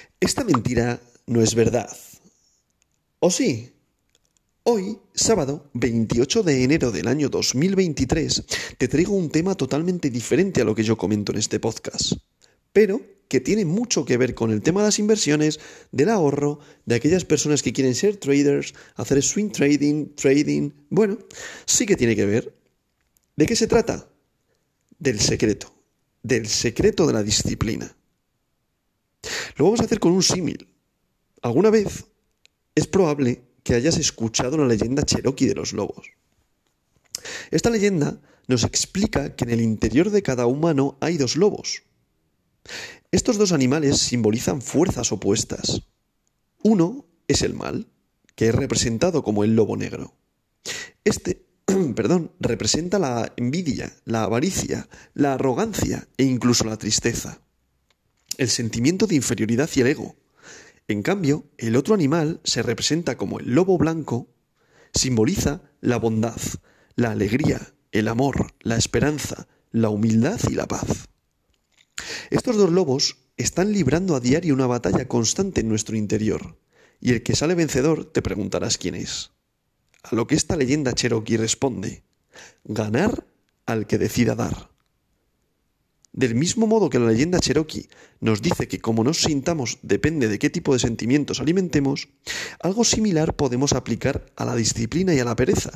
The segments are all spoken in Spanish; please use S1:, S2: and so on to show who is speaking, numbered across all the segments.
S1: Esta mentira no es verdad. ¿O sí? Hoy, sábado 28 de enero del año 2023, te traigo un tema totalmente diferente a lo que yo comento en este podcast, pero que tiene mucho que ver con el tema de las inversiones, del ahorro, de aquellas personas que quieren ser traders, hacer swing trading, bueno, sí que tiene que ver. ¿De qué se trata? Del secreto de la disciplina. Lo vamos a hacer con un símil. ¿Alguna vez es probable que hayas escuchado la leyenda cherokee de los lobos? Esta leyenda nos explica que en el interior de cada humano hay dos lobos. Estos dos animales simbolizan fuerzas opuestas. Uno es el mal, que es representado como el lobo negro. Este, representa la envidia, la avaricia, la arrogancia e incluso la tristeza. El sentimiento de inferioridad y el ego. En cambio, el otro animal se representa como el lobo blanco, simboliza la bondad, la alegría, el amor, la esperanza, la humildad y la paz. Estos dos lobos están librando a diario una batalla constante en nuestro interior, y el que sale vencedor te preguntarás quién es. A lo que esta leyenda cherokee responde: ganar al que decida dar. Del mismo modo que la leyenda cherokee nos dice que como nos sintamos depende de qué tipo de sentimientos alimentemos, algo similar podemos aplicar a la disciplina y a la pereza.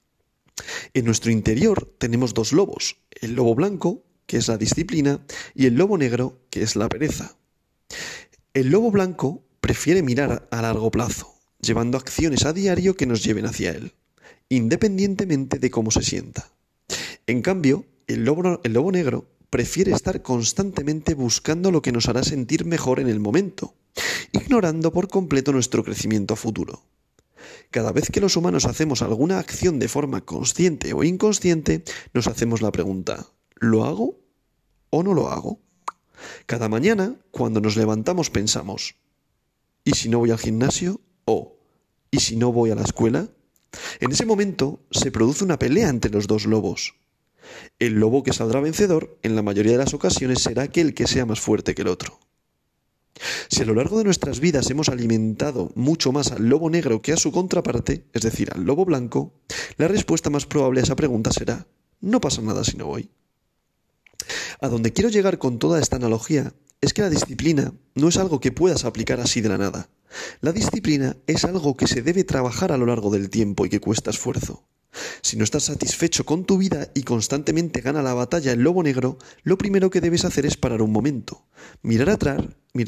S1: En nuestro interior tenemos dos lobos, el lobo blanco, que es la disciplina, y el lobo negro, que es la pereza. El lobo blanco prefiere mirar a largo plazo, llevando acciones a diario que nos lleven hacia él, independientemente de cómo se sienta. En cambio, el lobo negro prefiere estar constantemente buscando lo que nos hará sentir mejor en el momento, ignorando por completo nuestro crecimiento a futuro. Cada vez que los humanos hacemos alguna acción de forma consciente o inconsciente, nos hacemos la pregunta: ¿lo hago o no lo hago? Cada mañana, cuando nos levantamos, pensamos: ¿y si no voy al gimnasio? ¿O ¿y si no voy a la escuela? En ese momento se produce una pelea entre los dos lobos. El lobo que saldrá vencedor, en la mayoría de las ocasiones, será aquel que sea más fuerte que el otro. Si a lo largo de nuestras vidas hemos alimentado mucho más al lobo negro que a su contraparte, es decir, al lobo blanco, la respuesta más probable a esa pregunta será: no pasa nada si no voy. A donde quiero llegar con toda esta analogía es que la disciplina no es algo que puedas aplicar así de la nada. La disciplina es algo que se debe trabajar a lo largo del tiempo y que cuesta esfuerzo. Si no estás satisfecho con tu vida y constantemente gana la batalla el lobo negro, lo primero que debes hacer es parar un momento, mirar atrás,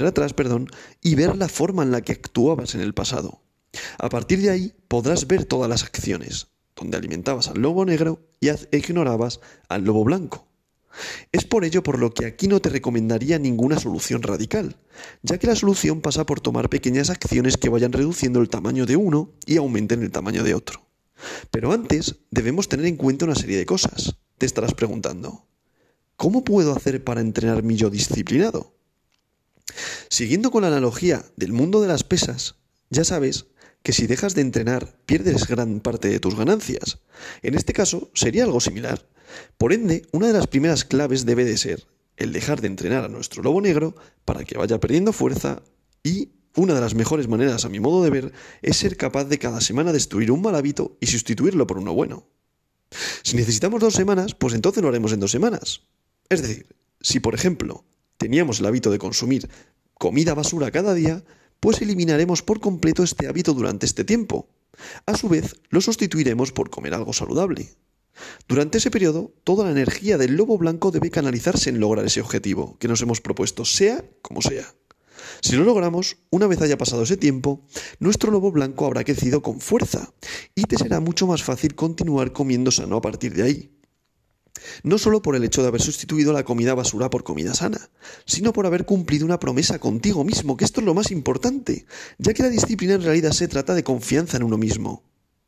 S1: y ver la forma en la que actuabas en el pasado. A partir de ahí podrás ver todas las acciones, donde alimentabas al lobo negro y ignorabas al lobo blanco. Es por ello por lo que aquí no te recomendaría ninguna solución radical, ya que la solución pasa por tomar pequeñas acciones que vayan reduciendo el tamaño de uno y aumenten el tamaño de otro. Pero antes debemos tener en cuenta una serie de cosas. Te estarás preguntando: ¿cómo puedo hacer para entrenar mi yo disciplinado? Siguiendo con la analogía del mundo de las pesas, ya sabes que si dejas de entrenar pierdes gran parte de tus ganancias. En este caso sería algo similar. Por ende, una de las primeras claves debe de ser el dejar de entrenar a nuestro lobo negro para que vaya perdiendo fuerza, y una de las mejores maneras, a mi modo de ver, es ser capaz de cada semana destruir un mal hábito y sustituirlo por uno bueno. Si necesitamos 2 semanas, pues entonces lo haremos en 2 semanas. Es decir, si por ejemplo teníamos el hábito de consumir comida basura cada día, pues eliminaremos por completo este hábito durante este tiempo. A su vez, lo sustituiremos por comer algo saludable. Durante ese periodo, toda la energía del lobo blanco debe canalizarse en lograr ese objetivo que nos hemos propuesto, sea como sea. Si lo logramos, una vez haya pasado ese tiempo, nuestro lobo blanco habrá crecido con fuerza y te será mucho más fácil continuar comiendo sano a partir de ahí. No solo por el hecho de haber sustituido la comida basura por comida sana, sino por haber cumplido una promesa contigo mismo, que esto es lo más importante, ya que la disciplina en realidad se trata de confianza en uno mismo.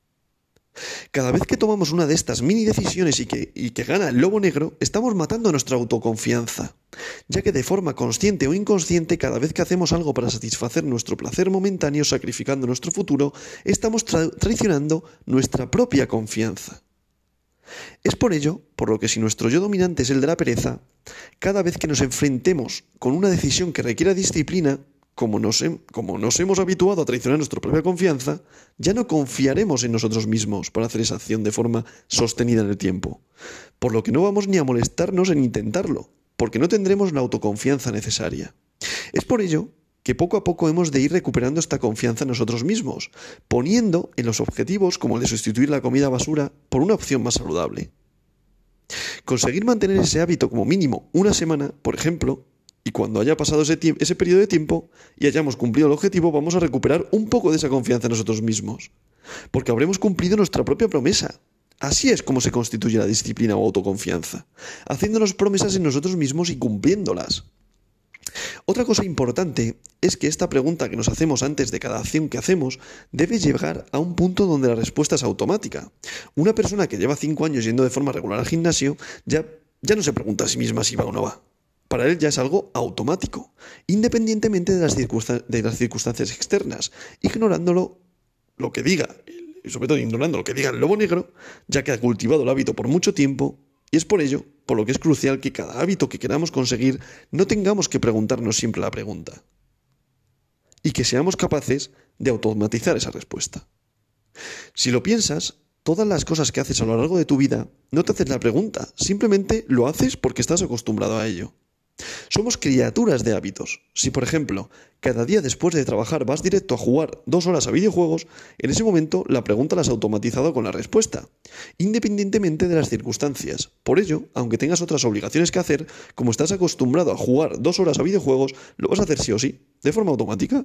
S1: Cada vez que tomamos una de estas mini decisiones y que gana el lobo negro, estamos matando nuestra autoconfianza, ya que de forma consciente o inconsciente, cada vez que hacemos algo para satisfacer nuestro placer momentáneo sacrificando nuestro futuro, estamos traicionando nuestra propia confianza. Es por ello, por lo que si nuestro yo dominante es el de la pereza, cada vez que nos enfrentemos con una decisión que requiera disciplina, como nos hemos habituado a traicionar nuestra propia confianza, ya no confiaremos en nosotros mismos para hacer esa acción de forma sostenida en el tiempo. Por lo que no vamos ni a molestarnos en intentarlo, porque no tendremos la autoconfianza necesaria. Es por ello que poco a poco hemos de ir recuperando esta confianza en nosotros mismos, poniendo en los objetivos como el de sustituir la comida basura por una opción más saludable. Conseguir mantener ese hábito como mínimo una semana, por ejemplo, y cuando haya pasado ese periodo de tiempo y hayamos cumplido el objetivo, vamos a recuperar un poco de esa confianza en nosotros mismos, porque habremos cumplido nuestra propia promesa. Así es como se constituye la disciplina o autoconfianza, haciéndonos promesas en nosotros mismos y cumpliéndolas. Otra cosa importante es que esta pregunta que nos hacemos antes de cada acción que hacemos debe llegar a un punto donde la respuesta es automática. Una persona que lleva 5 años yendo de forma regular al gimnasio ya no se pregunta a sí misma si va o no va. Para él ya es algo automático, independientemente de las circunstancias externas, ignorándolo lo que diga, y sobre todo ignorando lo que diga el lobo negro, ya que ha cultivado el hábito por mucho tiempo, y es por ello por lo que es crucial que cada hábito que queramos conseguir no tengamos que preguntarnos siempre la pregunta, y que seamos capaces de automatizar esa respuesta. Si lo piensas, todas las cosas que haces a lo largo de tu vida no te haces la pregunta, simplemente lo haces porque estás acostumbrado a ello. Somos criaturas de hábitos. Si, por ejemplo, cada día después de trabajar vas directo a jugar 2 horas a videojuegos, en ese momento la pregunta la has automatizado con la respuesta, independientemente de las circunstancias. Por ello, aunque tengas otras obligaciones que hacer, como estás acostumbrado a jugar 2 horas a videojuegos, lo vas a hacer sí o sí, de forma automática.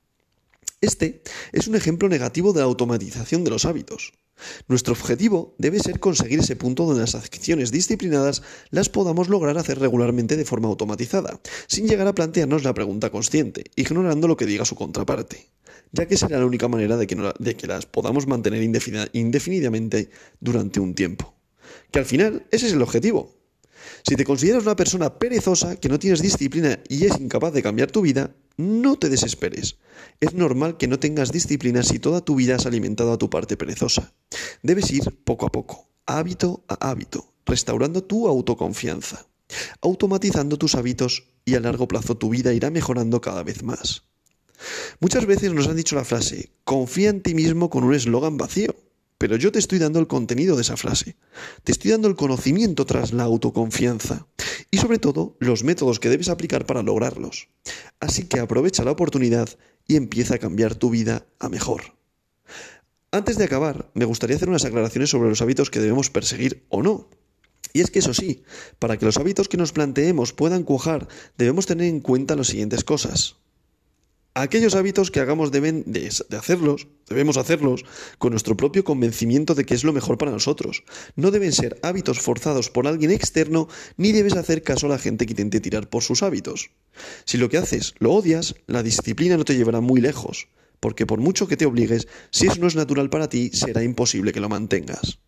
S1: Este es un ejemplo negativo de la automatización de los hábitos. Nuestro objetivo debe ser conseguir ese punto donde las acciones disciplinadas las podamos lograr hacer regularmente de forma automatizada, sin llegar a plantearnos la pregunta consciente, ignorando lo que diga su contraparte, ya que será la única manera de que las podamos mantener indefinidamente durante un tiempo. Que al final ese es el objetivo. Si te consideras una persona perezosa, que no tienes disciplina y es incapaz de cambiar tu vida, no te desesperes. Es normal que no tengas disciplina si toda tu vida has alimentado a tu parte perezosa. Debes ir poco a poco, hábito a hábito, restaurando tu autoconfianza, automatizando tus hábitos y a largo plazo tu vida irá mejorando cada vez más. Muchas veces nos han dicho la frase, confía en ti mismo con un eslogan vacío. Pero yo te estoy dando el contenido de esa frase. Te estoy dando el conocimiento tras la autoconfianza. Y sobre todo, los métodos que debes aplicar para lograrlos. Así que aprovecha la oportunidad y empieza a cambiar tu vida a mejor. Antes de acabar, me gustaría hacer unas aclaraciones sobre los hábitos que debemos perseguir o no. Y es que eso sí, para que los hábitos que nos planteemos puedan cuajar, debemos tener en cuenta las siguientes cosas. Aquellos hábitos que hagamos debemos hacerlos con nuestro propio convencimiento de que es lo mejor para nosotros. No deben ser hábitos forzados por alguien externo, ni debes hacer caso a la gente que intente tirar por sus hábitos. Si lo que haces lo odias, la disciplina no te llevará muy lejos, porque por mucho que te obligues, si eso no es natural para ti, será imposible que lo mantengas.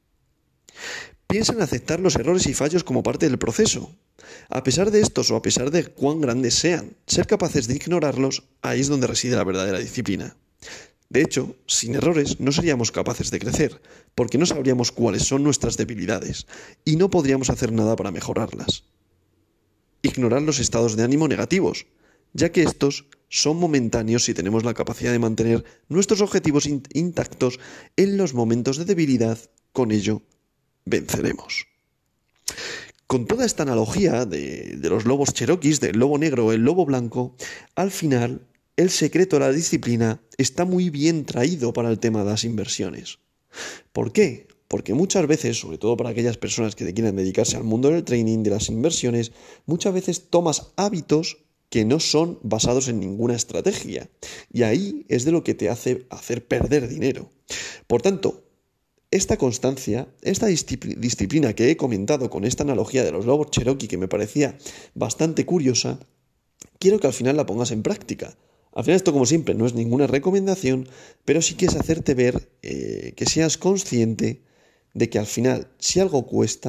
S1: Piensa en aceptar los errores y fallos como parte del proceso. A pesar de estos o a pesar de cuán grandes sean, ser capaces de ignorarlos, ahí es donde reside la verdadera disciplina. De hecho, sin errores no seríamos capaces de crecer, porque no sabríamos cuáles son nuestras debilidades y no podríamos hacer nada para mejorarlas. Ignorar los estados de ánimo negativos, ya que estos son momentáneos si tenemos la capacidad de mantener nuestros objetivos intactos en los momentos de debilidad, con ello venceremos. Con toda esta analogía de los lobos cheroquis, del lobo negro o el lobo blanco, al final el secreto de la disciplina está muy bien traído para el tema de las inversiones. ¿Por qué? Porque muchas veces, sobre todo para aquellas personas que quieran dedicarse al mundo del trading, de las inversiones, muchas veces tomas hábitos que no son basados en ninguna estrategia. Y ahí es de lo que te hace hacer perder dinero. Por tanto, esta constancia, esta disciplina que he comentado con esta analogía de los lobos cherokee que me parecía bastante curiosa, quiero que al final la pongas en práctica. Al final esto, como siempre, no es ninguna recomendación, pero sí que es hacerte ver que seas consciente de que al final, si algo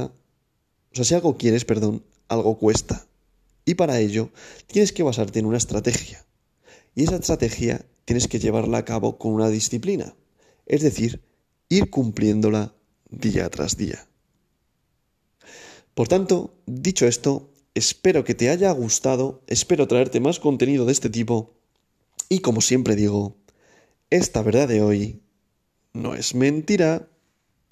S1: quieres, algo cuesta. Y para ello tienes que basarte en una estrategia. Y esa estrategia tienes que llevarla a cabo con una disciplina. Es decir, ir cumpliéndola día tras día. Por tanto, dicho esto, espero que te haya gustado, espero traerte más contenido de este tipo Y como siempre digo, esta verdad de hoy no es mentira.